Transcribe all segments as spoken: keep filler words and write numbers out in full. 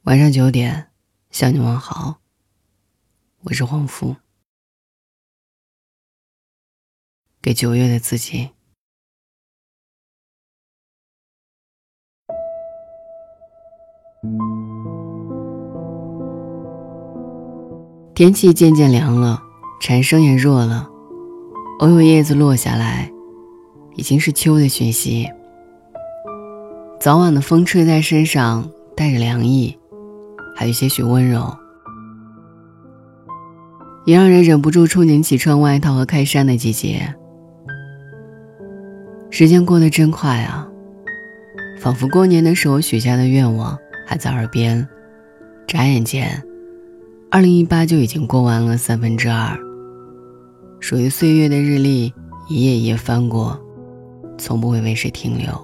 晚上九点，向你问好，我是黄福。给九月的自己。天气渐渐凉了，蝉声也弱了，偶有叶子落下来，已经是秋的讯息。早晚的风吹在身上，带着凉意，还有些许温柔，也让人忍不住憧憬起穿外套和开衫的季节。时间过得真快啊，仿佛过年的时候许下的愿望还在耳边，眨眼间二零一八就已经过完了三分之二。属于岁月的日历一页一页翻过，从不会为谁停留。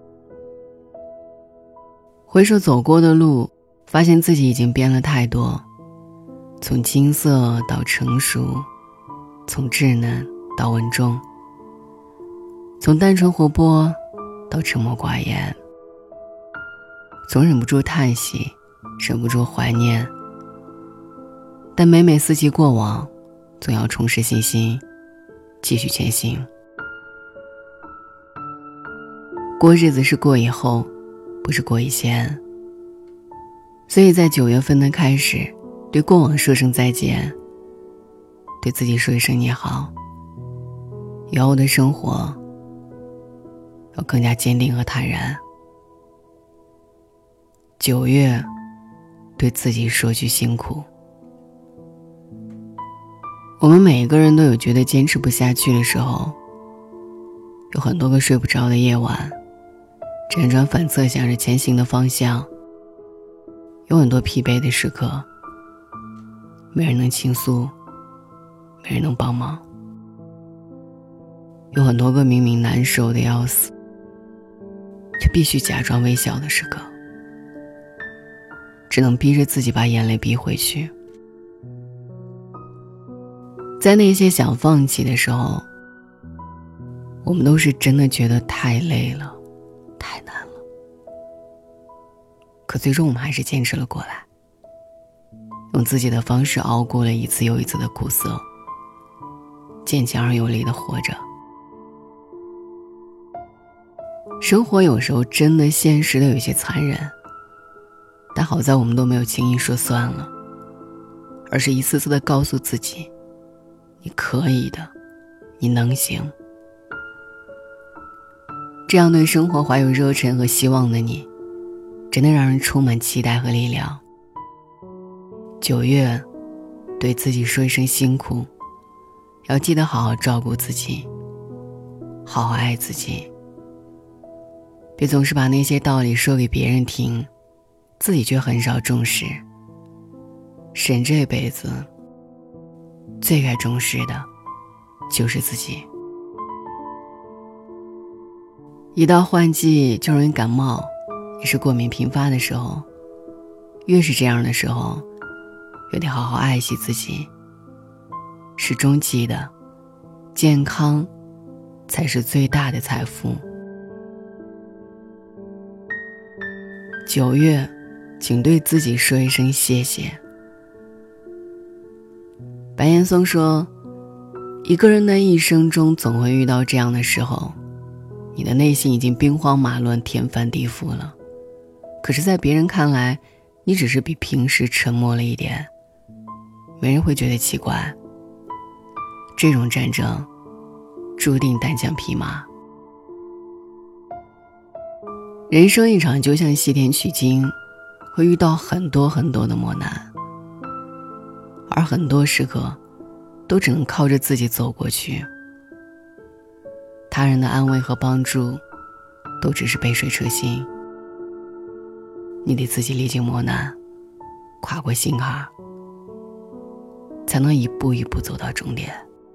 回首走过的路，发现自己已经变了太多，从青涩到成熟，从稚嫩到稳重，从单纯活泼到沉默寡言，总忍不住叹息，忍不住怀念，但每每思及过往，总要重拾信心，继续前行。过日子是过以后，不是过以前，所以在九月份的开始，对过往说声再见，对自己说一声你好。以后的生活要更加坚定和坦然。九月，对自己说句辛苦。我们每一个人都有觉得坚持不下去的时候，有很多个睡不着的夜晚，辗转反侧想着前行的方向，有很多疲惫的时刻，没人能倾诉，没人能帮忙，有很多个明明难受的要死，却必须假装微笑的时刻，只能逼着自己把眼泪逼回去。在那些想放弃的时候，我们都是真的觉得太累了，太难了，可最终我们还是坚持了过来，用自己的方式熬过了一次又一次的苦涩，坚强而有力地活着。生活有时候真的现实的有些残忍，但好在我们都没有轻易说算了，而是一次次地告诉自己，你可以的，你能行。这样对生活怀有热忱和希望的你，真的让人充满期待和力量。九月，对自己说一声辛苦，要记得好好照顾自己，好好爱自己，别总是把那些道理说给别人听，自己却很少重视。人这辈子最该重视的就是自己。一到换季就容易感冒，也是过敏频发的时候，越是这样的时候，越得好好爱惜自己。始终记得，健康才是最大的财富。九月，请对自己说一声谢谢。白岩松说，一个人的一生中总会遇到这样的时候，你的内心已经兵荒马乱，天翻地覆了，可是在别人看来，你只是比平时沉默了一点，没人会觉得奇怪。这种战争注定单枪匹马。人生一场就像西天取经，会遇到很多很多的磨难，而很多时刻都只能靠着自己走过去。他人的安慰和帮助都只是杯水车薪，你得自己历经磨难，跨过心坎，才能一步一步走到终点。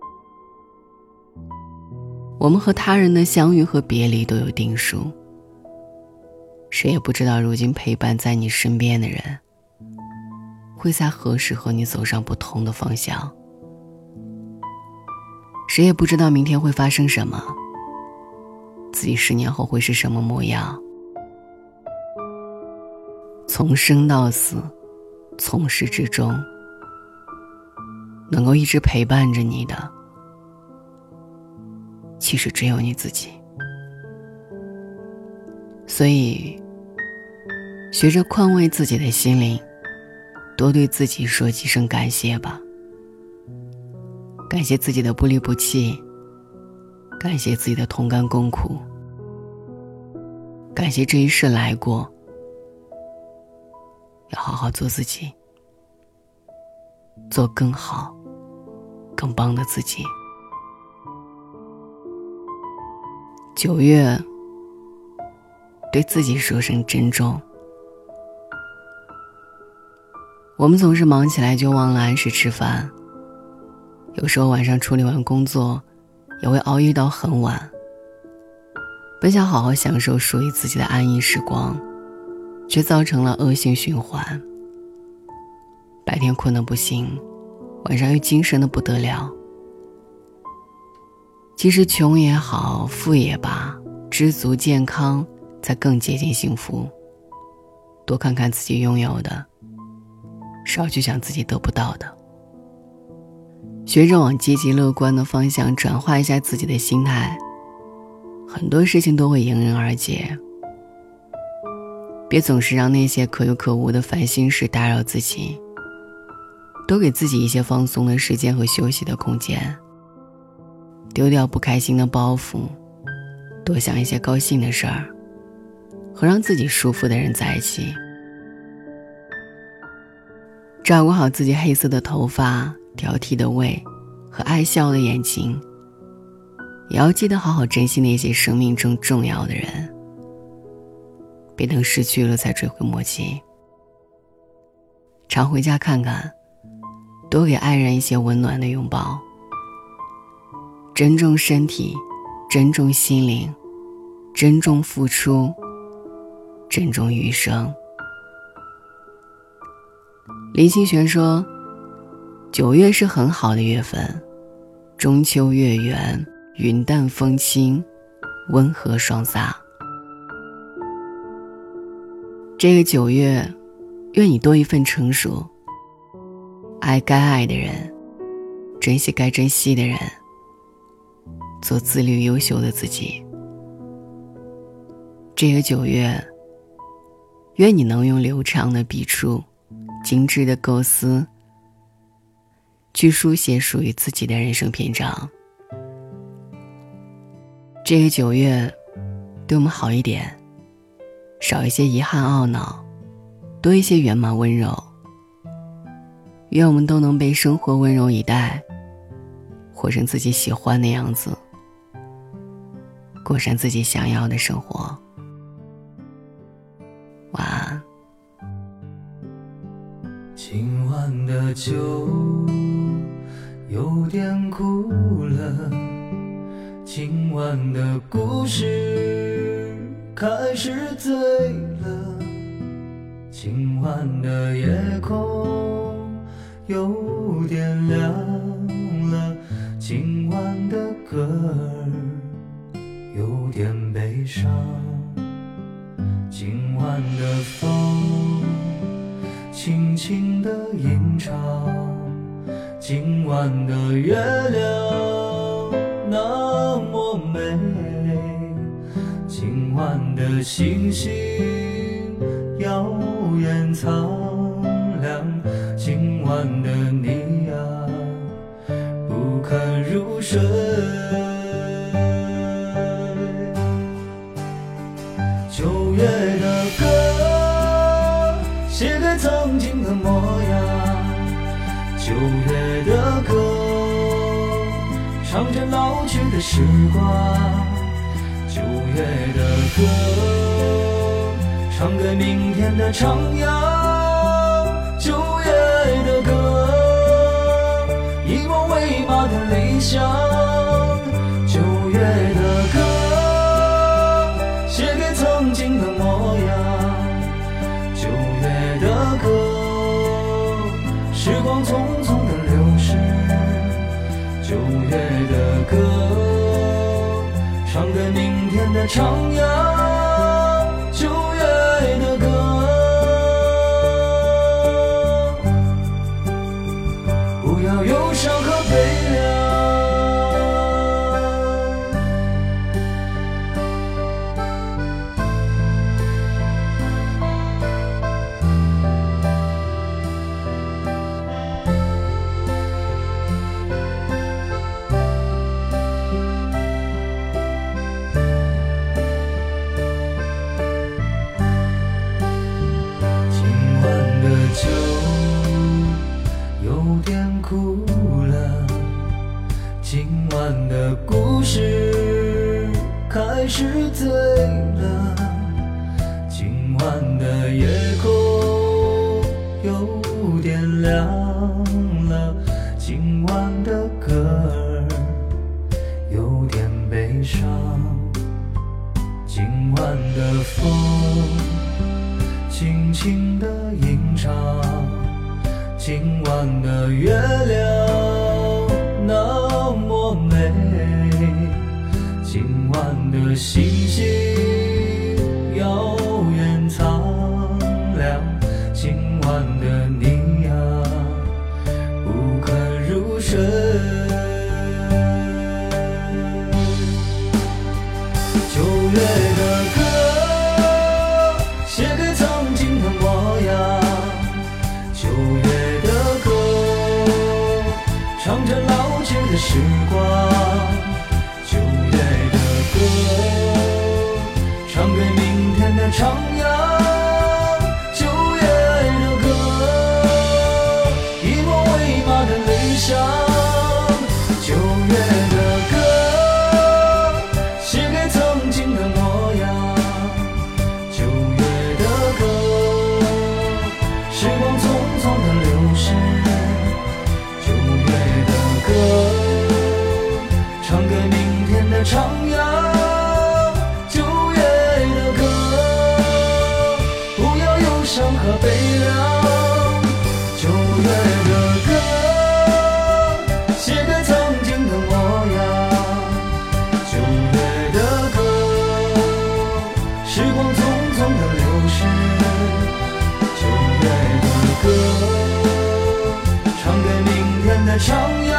我们和他人的相遇和别离都有定数，谁也不知道如今陪伴在你身边的人会在何时和你走上不同的方向，谁也不知道明天会发生什么，自己十年后会是什么模样。 从生到死，从始至终，能够一直陪伴着你的，其实只有你自己。所以学着宽慰自己的心灵，多对自己说几声感谢吧。感谢自己的不离不弃，感谢自己的同甘共苦，感谢这一世来过，要好好做自己，做更好更棒的自己。九月，对自己说声珍重。我们总是忙起来就忘了按时吃饭，有时候晚上处理完工作也会熬夜到很晚，本想好好享受属于自己的安逸时光，却造成了恶性循环。白天困得不行，晚上又精神得不得了。其实穷也好，富也罢，知足健康才更接近幸福。多看看自己拥有的，少去想自己得不到的。学着往积极乐观的方向转化一下自己的心态，很多事情都会迎刃而解。别总是让那些可有可无的烦心事打扰自己，多给自己一些放松的时间和休息的空间，丢掉不开心的包袱，多想一些高兴的事儿，和让自己舒服的人在一起。照顾好自己黑色的头发、挑剔的胃和爱笑的眼睛，也要记得好好珍惜那些生命中重要的人，别等失去了才追悔莫及。常回家看看，多给爱人一些温暖的拥抱。珍重身体，珍重心灵，珍重付出，珍重余生。林清玄说，九月是很好的月份，中秋月圆，云淡风轻，温和爽飒。这个九月，愿你多一份成熟，爱该爱的人，珍惜该珍惜的人，做自律优秀的自己。这个九月，愿你能用流畅的笔触，精致的构思，去书写属于自己的人生篇章。这个九月，对我们好一点，少一些遗憾懊恼，多一些圆满温柔。愿我们都能被生活温柔以待，活成自己喜欢的样子，过上自己想要的生活。晚安。 今晚的酒有点苦了，今晚的故事开始醉了，今晚的夜空有点亮了，今晚的歌儿有点悲伤，今晚的风轻轻地吟唱，今晚的月亮那么美，今晚的星星耀眼苍亮，今晚的你啊不肯入睡。九月的歌写给曾经的模样，九月的歌唱着老去的时光，九月的歌唱给明天的徜徉，九月的歌以我为马的理想，九月的歌写给曾经的模样，九月的歌时光匆匆的流逝，九月的歌唱给明天的徜徉，九月的歌醉了，今晚的夜空有点亮了，今晚的歌儿有点悲伤，今晚的风轻轻地吟唱，今晚的月亮那么美，今晚的星星遥远苍凉，今晚的你啊不肯入睡。九月的歌写给曾经的模样，九月的歌唱着老去的时光，九月的歌唱给明天的徜徉，九月的歌以我为马的理想，九月的歌写给曾经的模样，九月的歌时光匆匆的流逝，九月的歌唱给明天的徜徉，九月的歌不要忧伤和悲凉，九月的歌写给曾经的模样，九月的歌时光匆匆的流逝，九月的歌唱给明天的徜徉。